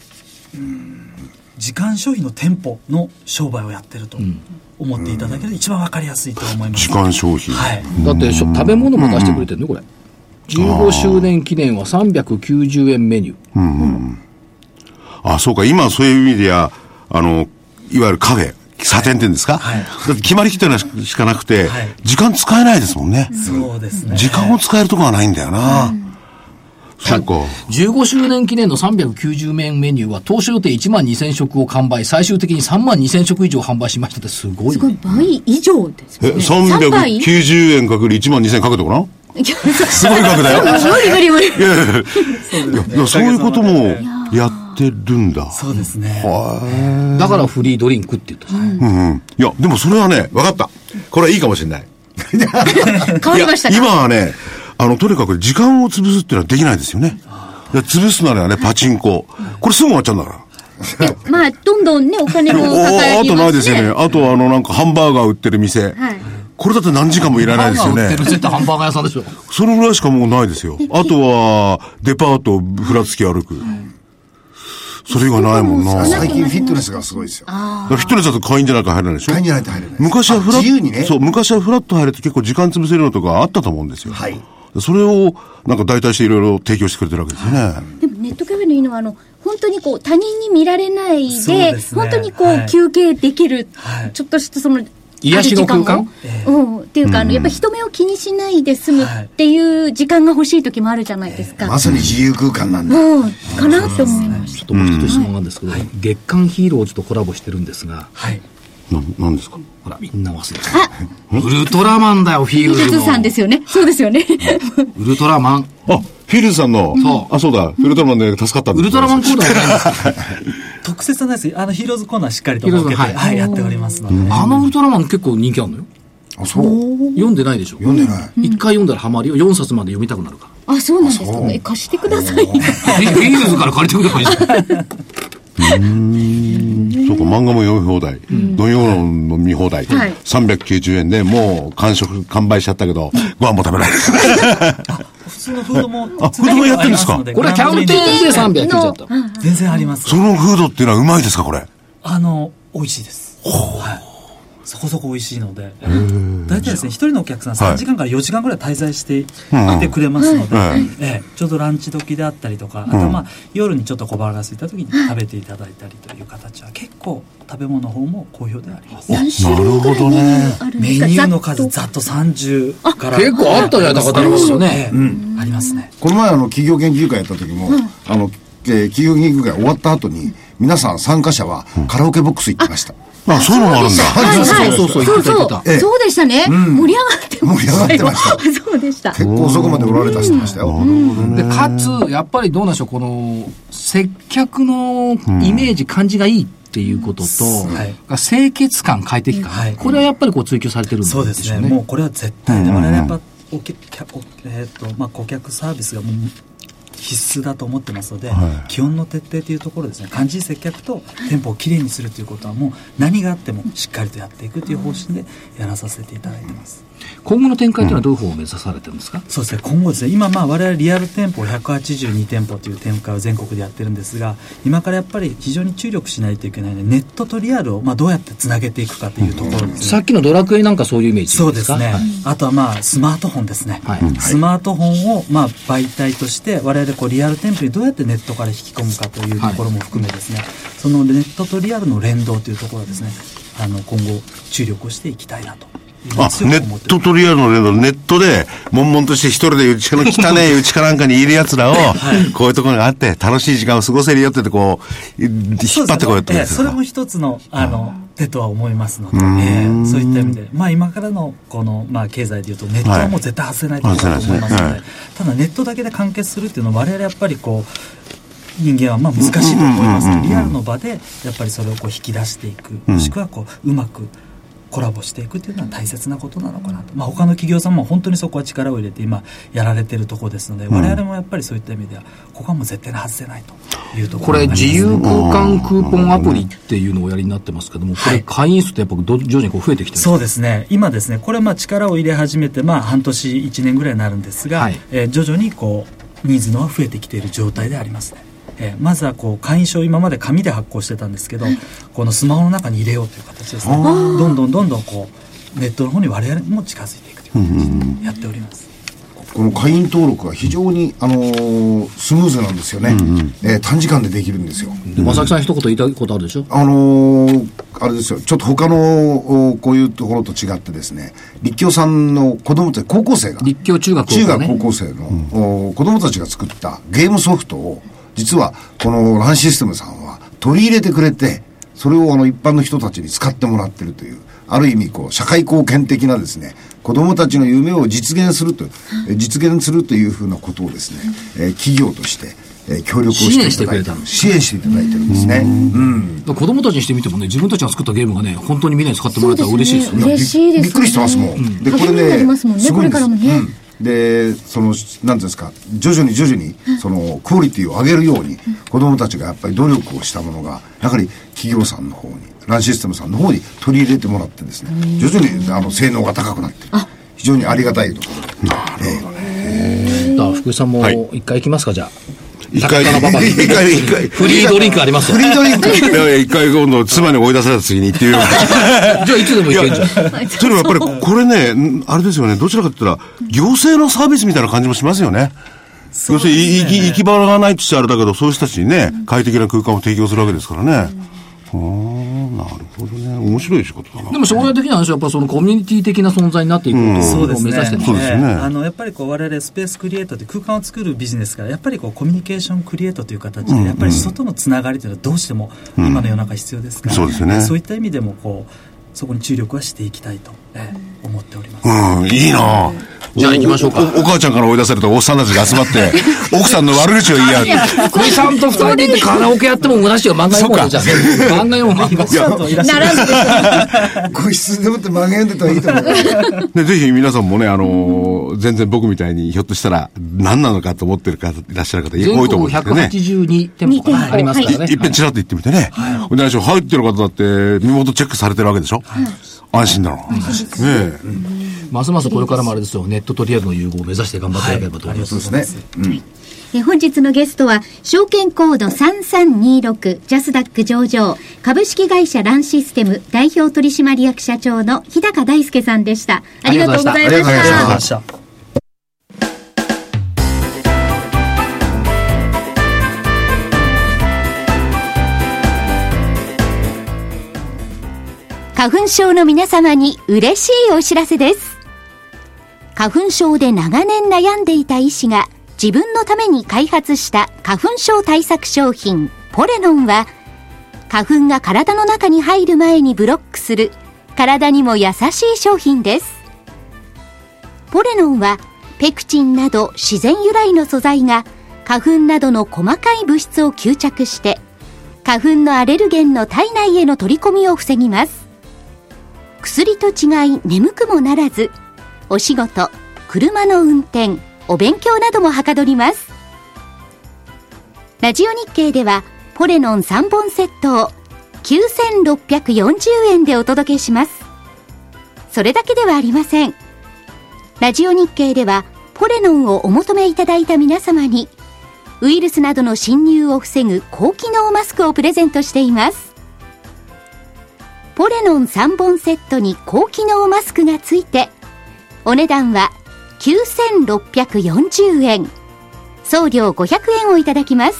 時間消費の店舗の商売をやってると思っていただけると一番わかりやすいと思います。 時間消費。 だって食べ物も出してくれてるね、これ。15周年記念は390円メニュー。そうか、今そういう意味では、いわゆるカフェ、茶店って言うんですか？だって決まりきってるのしかなくて、時間使えないですもんね。 そうですね。 時間を使えるところはないんだよな。そうか。 15周年記念の390円メニューは当初予定1万2000食を完売、最終的に3万2000食以上販売しましたってすごい。 すごい、倍以上ですね。 390円かける1万2000かけたかな？すごい額だよ。 無理。 いや、そういうこともやってるんだ。 そうですね。 だからフリードリンクって言った。 いや、でもそれはね、分かった。これはいいかもしれない。 変わりましたか？ 今はね、とにかく時間を潰すっていうのはできないですよね。潰すならね、パチンコ。これすぐ終わっちゃうんだから。 どんどんね、お金もかかりますね。 あとないですよね。あとなんかハンバーガー売ってる店。これだって何時間もいらないですよね。 売ってる絶対ハンバーガー屋さんでしょ。 それぐらいしかもうないですよ。あとは、デパートふらつき歩く。それ以外ないもんな。 最近フィットネスがすごいですよ。 フィットネスだと会員じゃなきゃ入れないでしょ。 会員じゃないと入れない。 昔は自由にね。 そう、昔はフラッと入れて結構時間潰せるのとかあったと思うんですよ。 はい。 それをなんか代替していろいろ提供してくれてるわけですよね。 でもネットカフェのいいのは本当に他人に見られないで、本当に休憩できる、ちょっとした癒しの空間っていうか、やっぱり人目を気にしないで済むっていう時間が欲しい時もあるじゃないですか。 まさに自由空間なんだ。 かなって思いました。 ちょっともう一つ質問なんですけど、月刊ヒーローズとコラボしてるんですが、 何ですか？ ほら、みんな忘れた。ウルトラマンだよ、フィールドの。 さんですよね。そうですよね。 ウルトラマン。 フィルズさんの、そうだ、ウルトラマンで助かったんです。 ウルトラマンコーナーじゃないですか。 特設なんですよ。ヒーローズコーナーしっかりと設けて、はい、やっておりますので。 あのウルトラマン結構人気あるのよ。 あ、そう。 読んでないでしょ。 読んでない。 一回読んだらハマりよ。4冊まで読みたくなるから。 あ、そうなんですかね。貸してください。 フィールズから借りてくればいいじゃん。 そうか、漫画も読み放題。飲み物も飲み放題。390円でもう完売しちゃったけど、ご飯も食べられる。 普通のフードも。 フードもやってるんですか？ これはキャンペーンで390円。 全然あります。 そのフードっていうのはうまいですか、これ？ 美味しいです。はい。そこそこ美味しいので、大体ですね、一人のお客さん3時間から4時間ぐらい滞在していてくれますので、ちょうどランチ時であったりとか、あとは夜にちょっと小腹が空いた時に食べていただいたりという形は結構食べ物の方も好評であります。 なるほどね。 メニューの数ざっと30から結構あったじゃないですか、 ね。ありますね。 この前企業研究会やった時も、企業研究会終わった後に皆さん参加者はカラオケボックス行ってました。 あ、そういうのもあるんだ。 そうでしたね。盛り上がってました。そうでした。 結構遅くまでおられたしてましたよ。 で、かつ、やっぱりどうなんでしょう、この、接客のイメージ、感じがいいっていうことと、清潔感、快適感。これはやっぱりこう追求されてるんでしょうね。 そうですね。もうこれは絶対で、我々やっぱ、顧客サービスがもう、必須だと思ってますので、基本の徹底というところですね、肝心接客と店舗をきれいにするということはもう何があってもしっかりとやっていくという方針でやらさせていただいてます。 今後の展開というのはどういう方を目指されてるんですか？ そうですね、今後ですね、今我々リアル店舗182店舗という展開を全国でやってるんですが、今からやっぱり非常に注力しないといけないので、ネットとリアルをどうやってつなげていくかというところですね。 さっきのドラクエなんかそういうイメージですか？ そうですね、あとはスマートフォンですね、スマートフォンを媒体として我々リアル店舗にどうやってネットから引き込むかというところも含めですね、そのネットとリアルの連動というところはですね、今後注力をしていきたいなと。 ネットとリアルの連動、ネットで悶々として一人でうちの汚いうちかなんかにいるやつらをこういうところがあって楽しい時間を過ごせるよってこう引っ張ってこうやってるんですそれも一つの手とは思いますので、そういった意味で今からのこの経済でいうとネットはもう絶対外せないと思いますので、ただネットだけで完結するっていうのは我々やっぱり人間は難しいと思いますけど、リアルの場でやっぱりそれを引き出していく、もしくはうまくコラボしていくというのは大切なことなのかなと。他の企業さんも本当にそこは力を入れて今やられているところですので、我々もやっぱりそういった意味ではここはもう絶対に外せないというところ。 これ自由空間クーポンアプリっていうのをおやりになってますけども、これ会員数ってやっぱ徐々に増えてきてるんですか？ そうですね、今ですね、これ力を入れ始めて半年1年ぐらいになるんですが、徐々にニーズのは増えてきている状態でありますね。まずは会員証を今まで紙で発行してたんですけど、このスマホの中に入れようという形ですね。どんどんネットの方に我々も近づいていくという形でやっております。 この会員登録は非常に、スムーズなんですよね。短時間でできるんですよ。 正木さん一言言いたいことあるでしょ？ あれですよ、ちょっと他のこういうところと違ってですね、立教さんの子供たち、高校生が立教中学高校生の、子供たちが作ったゲームソフトを実はこのランシステムさんは取り入れてくれて、それを一般の人たちに使ってもらってるという、ある意味社会貢献的なですね、子供たちの夢を実現するというふうなことをですね、企業として協力をしていただいてる、支援していただいてるんですね。 子供たちにしてみてもね、自分たちが作ったゲームがね、本当にみんなに使ってもらえたら嬉しいですよね。 嬉しいですね。 びっくりしてますもん。でこれね、すごいんです。で、なんていうんですか、徐々にクオリティを上げるように、子供たちがやっぱり努力をしたものが、やはり企業さんの方に、ランシステムさんの方に取り入れてもらってですね、徐々に性能が高くなって、非常にありがたいところ。 福井さんも一回行きますか、じゃあ。 一回フリードリンクありますよ。 フリードリンク一回今度妻に追い出された次に行ってみよう。 じゃあいつでも行けんじゃん。 というのはやっぱりこれね、あれですよね、どちらかと言ったら行政のサービスみたいな感じもしますよね。要するに行き場がないとしてあれだけど、そういう人たちにね、快適な空間を提供するわけですからね。なるほどね。面白い仕事だな。 でも将来的にはやっぱりそのコミュニティ的な存在になっていくことを目指してるんですね。 やっぱり我々スペースクリエイトで空間を作るビジネスから、やっぱりコミュニケーションクリエイトという形で、やっぱり人とのつながりというのはどうしても今の世の中必要ですから、 そうですね。 そういった意味でもそこに注力はしていきたいと思っております。 いいな。 じゃあ行きましょうか。 お母ちゃんから追い出されたおっさんたちが集まって、奥さんの悪口を言い合う。 福井さんと二人で行ってカラオケやっても同じよ、漫画読もうじゃん。漫画読もう。並んで個室でもって漫画読んでたらいいと思う。 で、ぜひ皆さんもね、全然僕みたいにひょっとしたら何なのかと思ってる方いらっしゃる方多いと思うんですけどね。 全国182店舗がありますからね。 いっぺんちらっと行ってみてね。で、入ってる方だって身元チェックされてるわけでしょ。安心だろう。ねえ。 ますますこれからもあれですよ、ネットとリアルの融合を目指して頑張っていただければと思います。 そうですね。 本日のゲストは証券コード3326ジャスダック上場株式会社ランシステム代表取締役社長の日高大輔さんでした。ありがとうございました。ありがとうございました。花粉症の皆様に嬉しいお知らせです。花粉症で長年悩んでいた医師が自分のために開発した花粉症対策商品ポレノンは、花粉が体の中に入る前にブロックする体にも優しい商品です。ポレノンはペクチンなど自然由来の素材が花粉などの細かい物質を吸着して花粉のアレルゲンの体内への取り込みを防ぎます。薬と違い眠くもならず、お仕事、車の運転、お勉強などもはかどります。ラジオ日経ではポレノン3本セットを9640円でお届けします。それだけではありません。ラジオ日経ではポレノンをお求めいただいた皆様にウイルスなどの侵入を防ぐ高機能マスクをプレゼントしています。ポレノン3本セットに高機能マスクがついてお値段は9640円、送料500円をいただきます。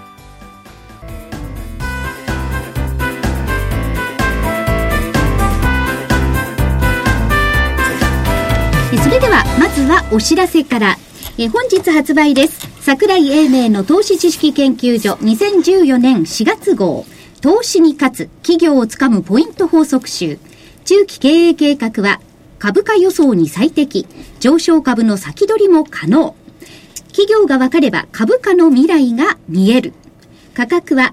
それではまずはお知らせから。本日発売です。櫻井英明の投資知識研究所2014年4月号、投資に勝つ企業をつかむポイント法則集。中期経営計画は株価予想に最適、上昇株の先取りも可能。企業が分かれば株価の未来が見える。価格は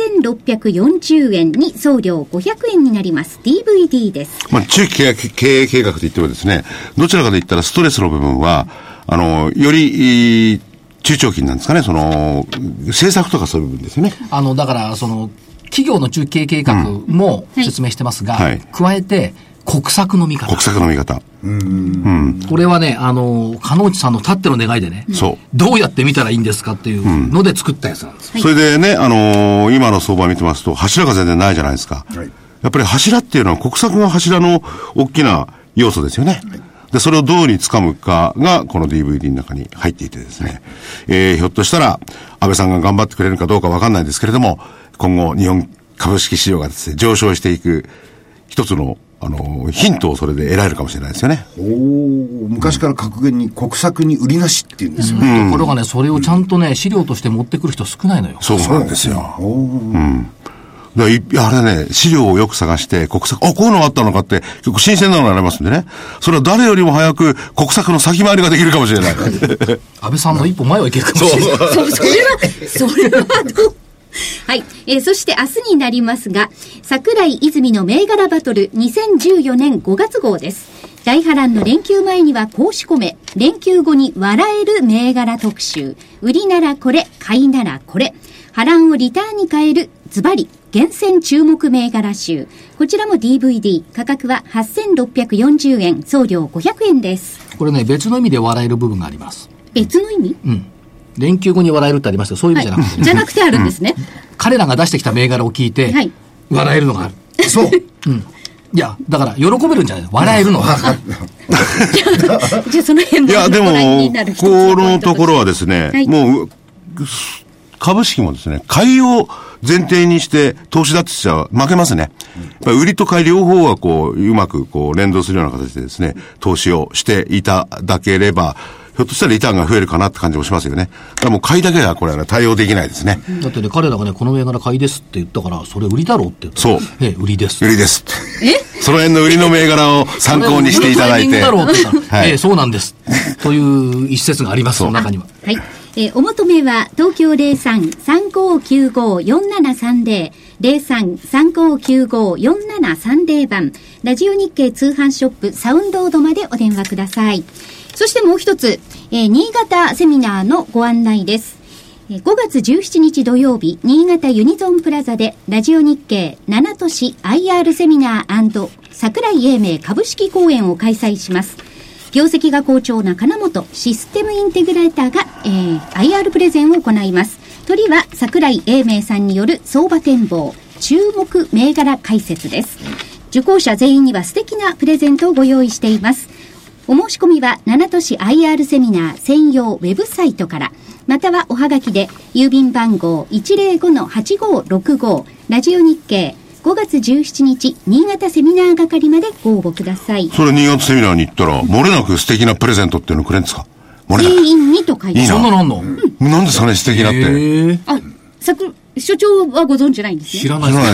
8640円に送料500円になります。 DVD です。 中期経営計画といってもですね、どちらかといったらストレスの部分はより中長期なんですかね、政策とかそういう部分ですよね。 だから企業の中期経営計画も説明してますが、加えて国策の見方。 国策の見方。 これはね、加納内さんのたっての願いでね、どうやって見たらいいんですかっていうので作ったやつなんです。 それでね、今の相場見てますと、柱が全然ないじゃないですか。やっぱり柱っていうのは国策が柱の大きな要素ですよね。で、それをどうに掴むかが、この DVD の中に入っていてですね、ひょっとしたら、安倍さんが頑張ってくれるかどうかわかんないですけれども、今後、日本株式市場がですね、上昇していく、一つの、ヒントをそれで得られるかもしれないですよね。 昔から格言に国策に売りなしっていうんですよ。 ところがね、それをちゃんとね、資料として持ってくる人少ないのよ。 そうなんですよ。あれね、資料をよく探して、国策、こういうのがあったのかって、結構新鮮なのがありますんでね。それは誰よりも早く国策の先回りができるかもしれない。 安倍さんの一歩前はいけるかもしれない。 それはどうはい。そして明日になりますが、櫻井泉の銘柄バトル2014年5月号です。大波乱の連休前にはこう仕込め、連休後に笑える銘柄特集。売りならこれ、買いならこれ。波乱をリターンに変えるズバリ厳選注目銘柄集。こちらも DVD。価格は8640円。送料500円です。 これね、別の意味で笑える部分があります。 別の意味？ 連休後に笑えるってありますけど、そういう意味じゃなくて、 じゃなくてあるんですね。 彼らが出してきた銘柄を聞いて、笑えるのがある。 そう。 いや、だから、喜べるんじゃないの？笑えるのがある。 じゃあ、その辺も。 いや、でも、このところはですね、もう、株式もですね、買いを前提にして投資だって言っちゃ負けますね。やっぱり売りと買い両方はうまく連動するような形でですね、投資をしていただければ、 ひょっとしたらリターンが増えるかなって感じもしますよね。だからもう買いだけはこれは、ね、対応できないですね。 だってね、彼らがね、この銘柄買いですって言ったから、それ売りだろうって言った。 そう。 売りです。 売りです。その辺の売りの銘柄を参考にしていただいて。 だろうって言ったら、そうなんです。という一節があります、その中には。 はい。お求めは、東京 03-3595-4730、03-3595-4730番、ラジオ日経通販ショップサウンロードまでお電話ください。そしてもう一つ、新潟セミナーのご案内です。5月17日土曜日、新潟ユニゾンプラザで、ラジオ日経7都市 IR セミナー&桜井英明株式講演を開催します。業績が好調な金本システムインテグレーターが、IR プレゼンを行います。取りは桜井英明さんによる相場展望、注目銘柄解説です。受講者全員には素敵なプレゼントをご用意しています。お申し込みは7都市 IR セミナー専用ウェブサイトから、またはおはがきで郵便番号 105-8565 ラジオ日経5月17日新潟セミナー係までご応募ください。 それ新潟セミナーに行ったら漏れなく素敵なプレゼントっていうのくれるんですか？漏れなく全員にと書いてある。 いいな。 そんなのあんの？ なんですかね、素敵なって。 所長はご存知ないんですね。 知らないです。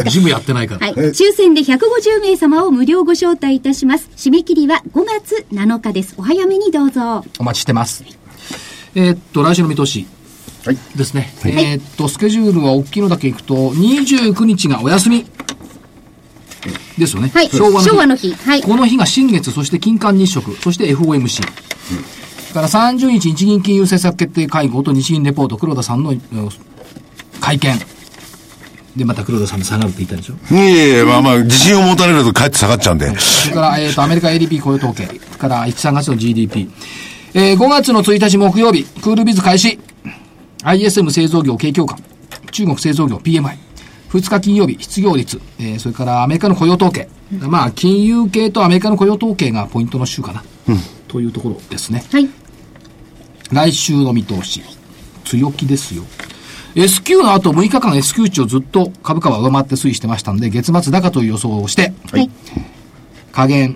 ジムやってないから。 はい。抽選で150名様を無料ご招待いたします。締め切りは5月7日です。お早めにどうぞ。 お待ちしてます。来週の見通し。はい。ですね。はい、スケジュールは大きいのだけいくと、29日がお休み。ですよね。 はい。昭和の日。はい。 この日が新月、そして金環日食、そして FOMC。から30日日銀金融政策決定会合と日銀レポート、黒田さんの会見。で、また黒田さんに下がるって言ったでしょ。 いえいえ、まあまあ、自信を持たれるとかえって下がっちゃうんで。はい、 それから、アメリカ ADP 雇用統計。から、1、3月の GDP。5月の1日木曜日、クールビズ開始。ISM 製造業景況感。中国製造業 PMI。2日金曜日、失業率。それからアメリカの雇用統計。まあ、金融系とアメリカの雇用統計がポイントの週かな。というところですね。 はい。 来週の見通し。強気ですよ。S q の後6日間 S q 値をずっと株価は上回って推移してましたんで、月末高という予想をして、はい。下限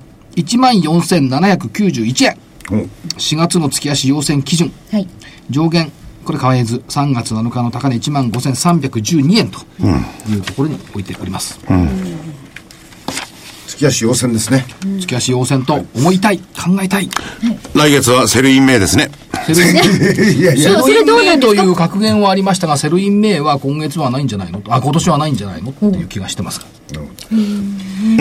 14,791 円。4月の月足要線基準。はい。上限、これ変えず、3月7日の高値 15,312 円というところに置いております。 月足要線ですね。 月足要線と思いたい、考えたい。 来月はセルインメイですね。 セルインメイ。セルインメイという格言はありましたが、セルインメイは今月はないんじゃないのと、今年はないんじゃないのっていう気がしてますから。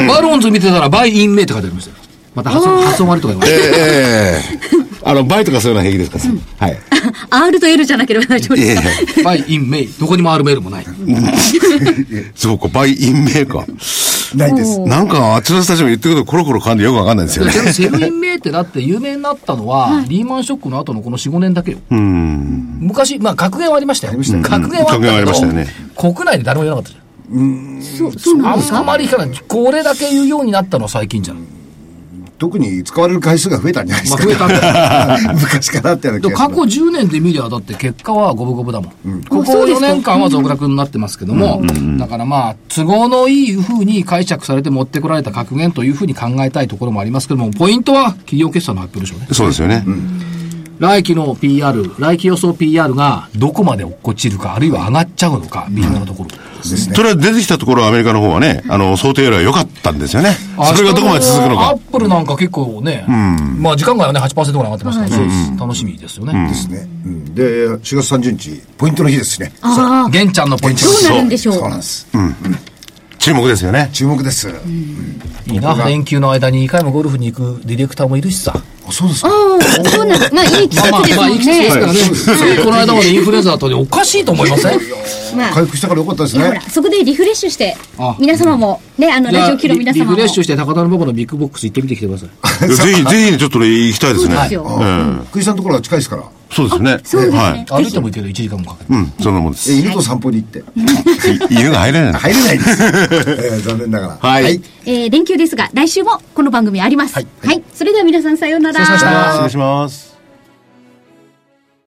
バロンズ見てたらバイインメイって書いてありましたよ。また発音悪いとか言われて。 バイとかそういうのは平気ですから。はい。 R と L じゃなければ大丈夫ですか？ バイインメイ。どこにも R メールもない。 そうか、バイインメイか。 ないです。 なんか、あちらのスタジオも言ってることコロコロ噛んでよくわかんないんですよね。 セルインメイってだって有名になったのは、リーマンショックの後のこの 4,5 年だけよ。昔、まあ、格言はありましたよ。格言はありましたよね。国内で誰も言わなかったじゃん。 そうなんですか？ あんまりこれだけ言うようになったのは最近じゃん。 特に使われる回数が増えたんじゃないですか。 増えたんだよ。 昔からあったような気がする。 過去10年で見りゃだって結果は五分五分だもん。ここ4年間は続落になってますけども、だからまあ、都合のいい風に解釈されて持ってこられた格言という風に考えたいところもありますけども、ポイントは企業決算の発表でしょうね。 そうですよね。 来期の PR、来期予想 PR がどこまで落っこちるか、あるいは上がっちゃうのか、微妙なところですね。 それは出てきたところはアメリカの方はね、想定よりは良かったんですよね。それがどこまで続くのか。 アップルなんか結構ね、まあ時間外はね、8% ぐらい上がってますからね。楽しみですよね。 ですね。で、4月30日、ポイントの日ですしね。 玄ちゃんのポイントどうなるんでしょう。 そうなんです。 注目ですよね。 注目です。 いいな、連休の間に2回もゴルフに行くディレクターもいるしさ。 そうですか。 そうなんです。まあ、いい季節ですもんね。 いい季節ですからね。この間までインフルエンザだとおかしいと思いません？ 回復したからよかったですね。 ほら、そこでリフレッシュして、皆様も、ね、ラジオ機の皆様も。 リフレッシュして、高田の馬場のビッグボックス行ってみてきてください。 ぜひちょっと行きたいですね。 福井さんのところは近いですから。 そうですね。 そうですね。 歩いてもいいけど1時間もかけて。 そんなもんです。 犬と散歩に行って。 犬が入れない。 入れないです。残念ながら。 はい。 連休ですが、来週もこの番組あります。はい。それでは皆さんさようなら。 失礼しました。 失礼します。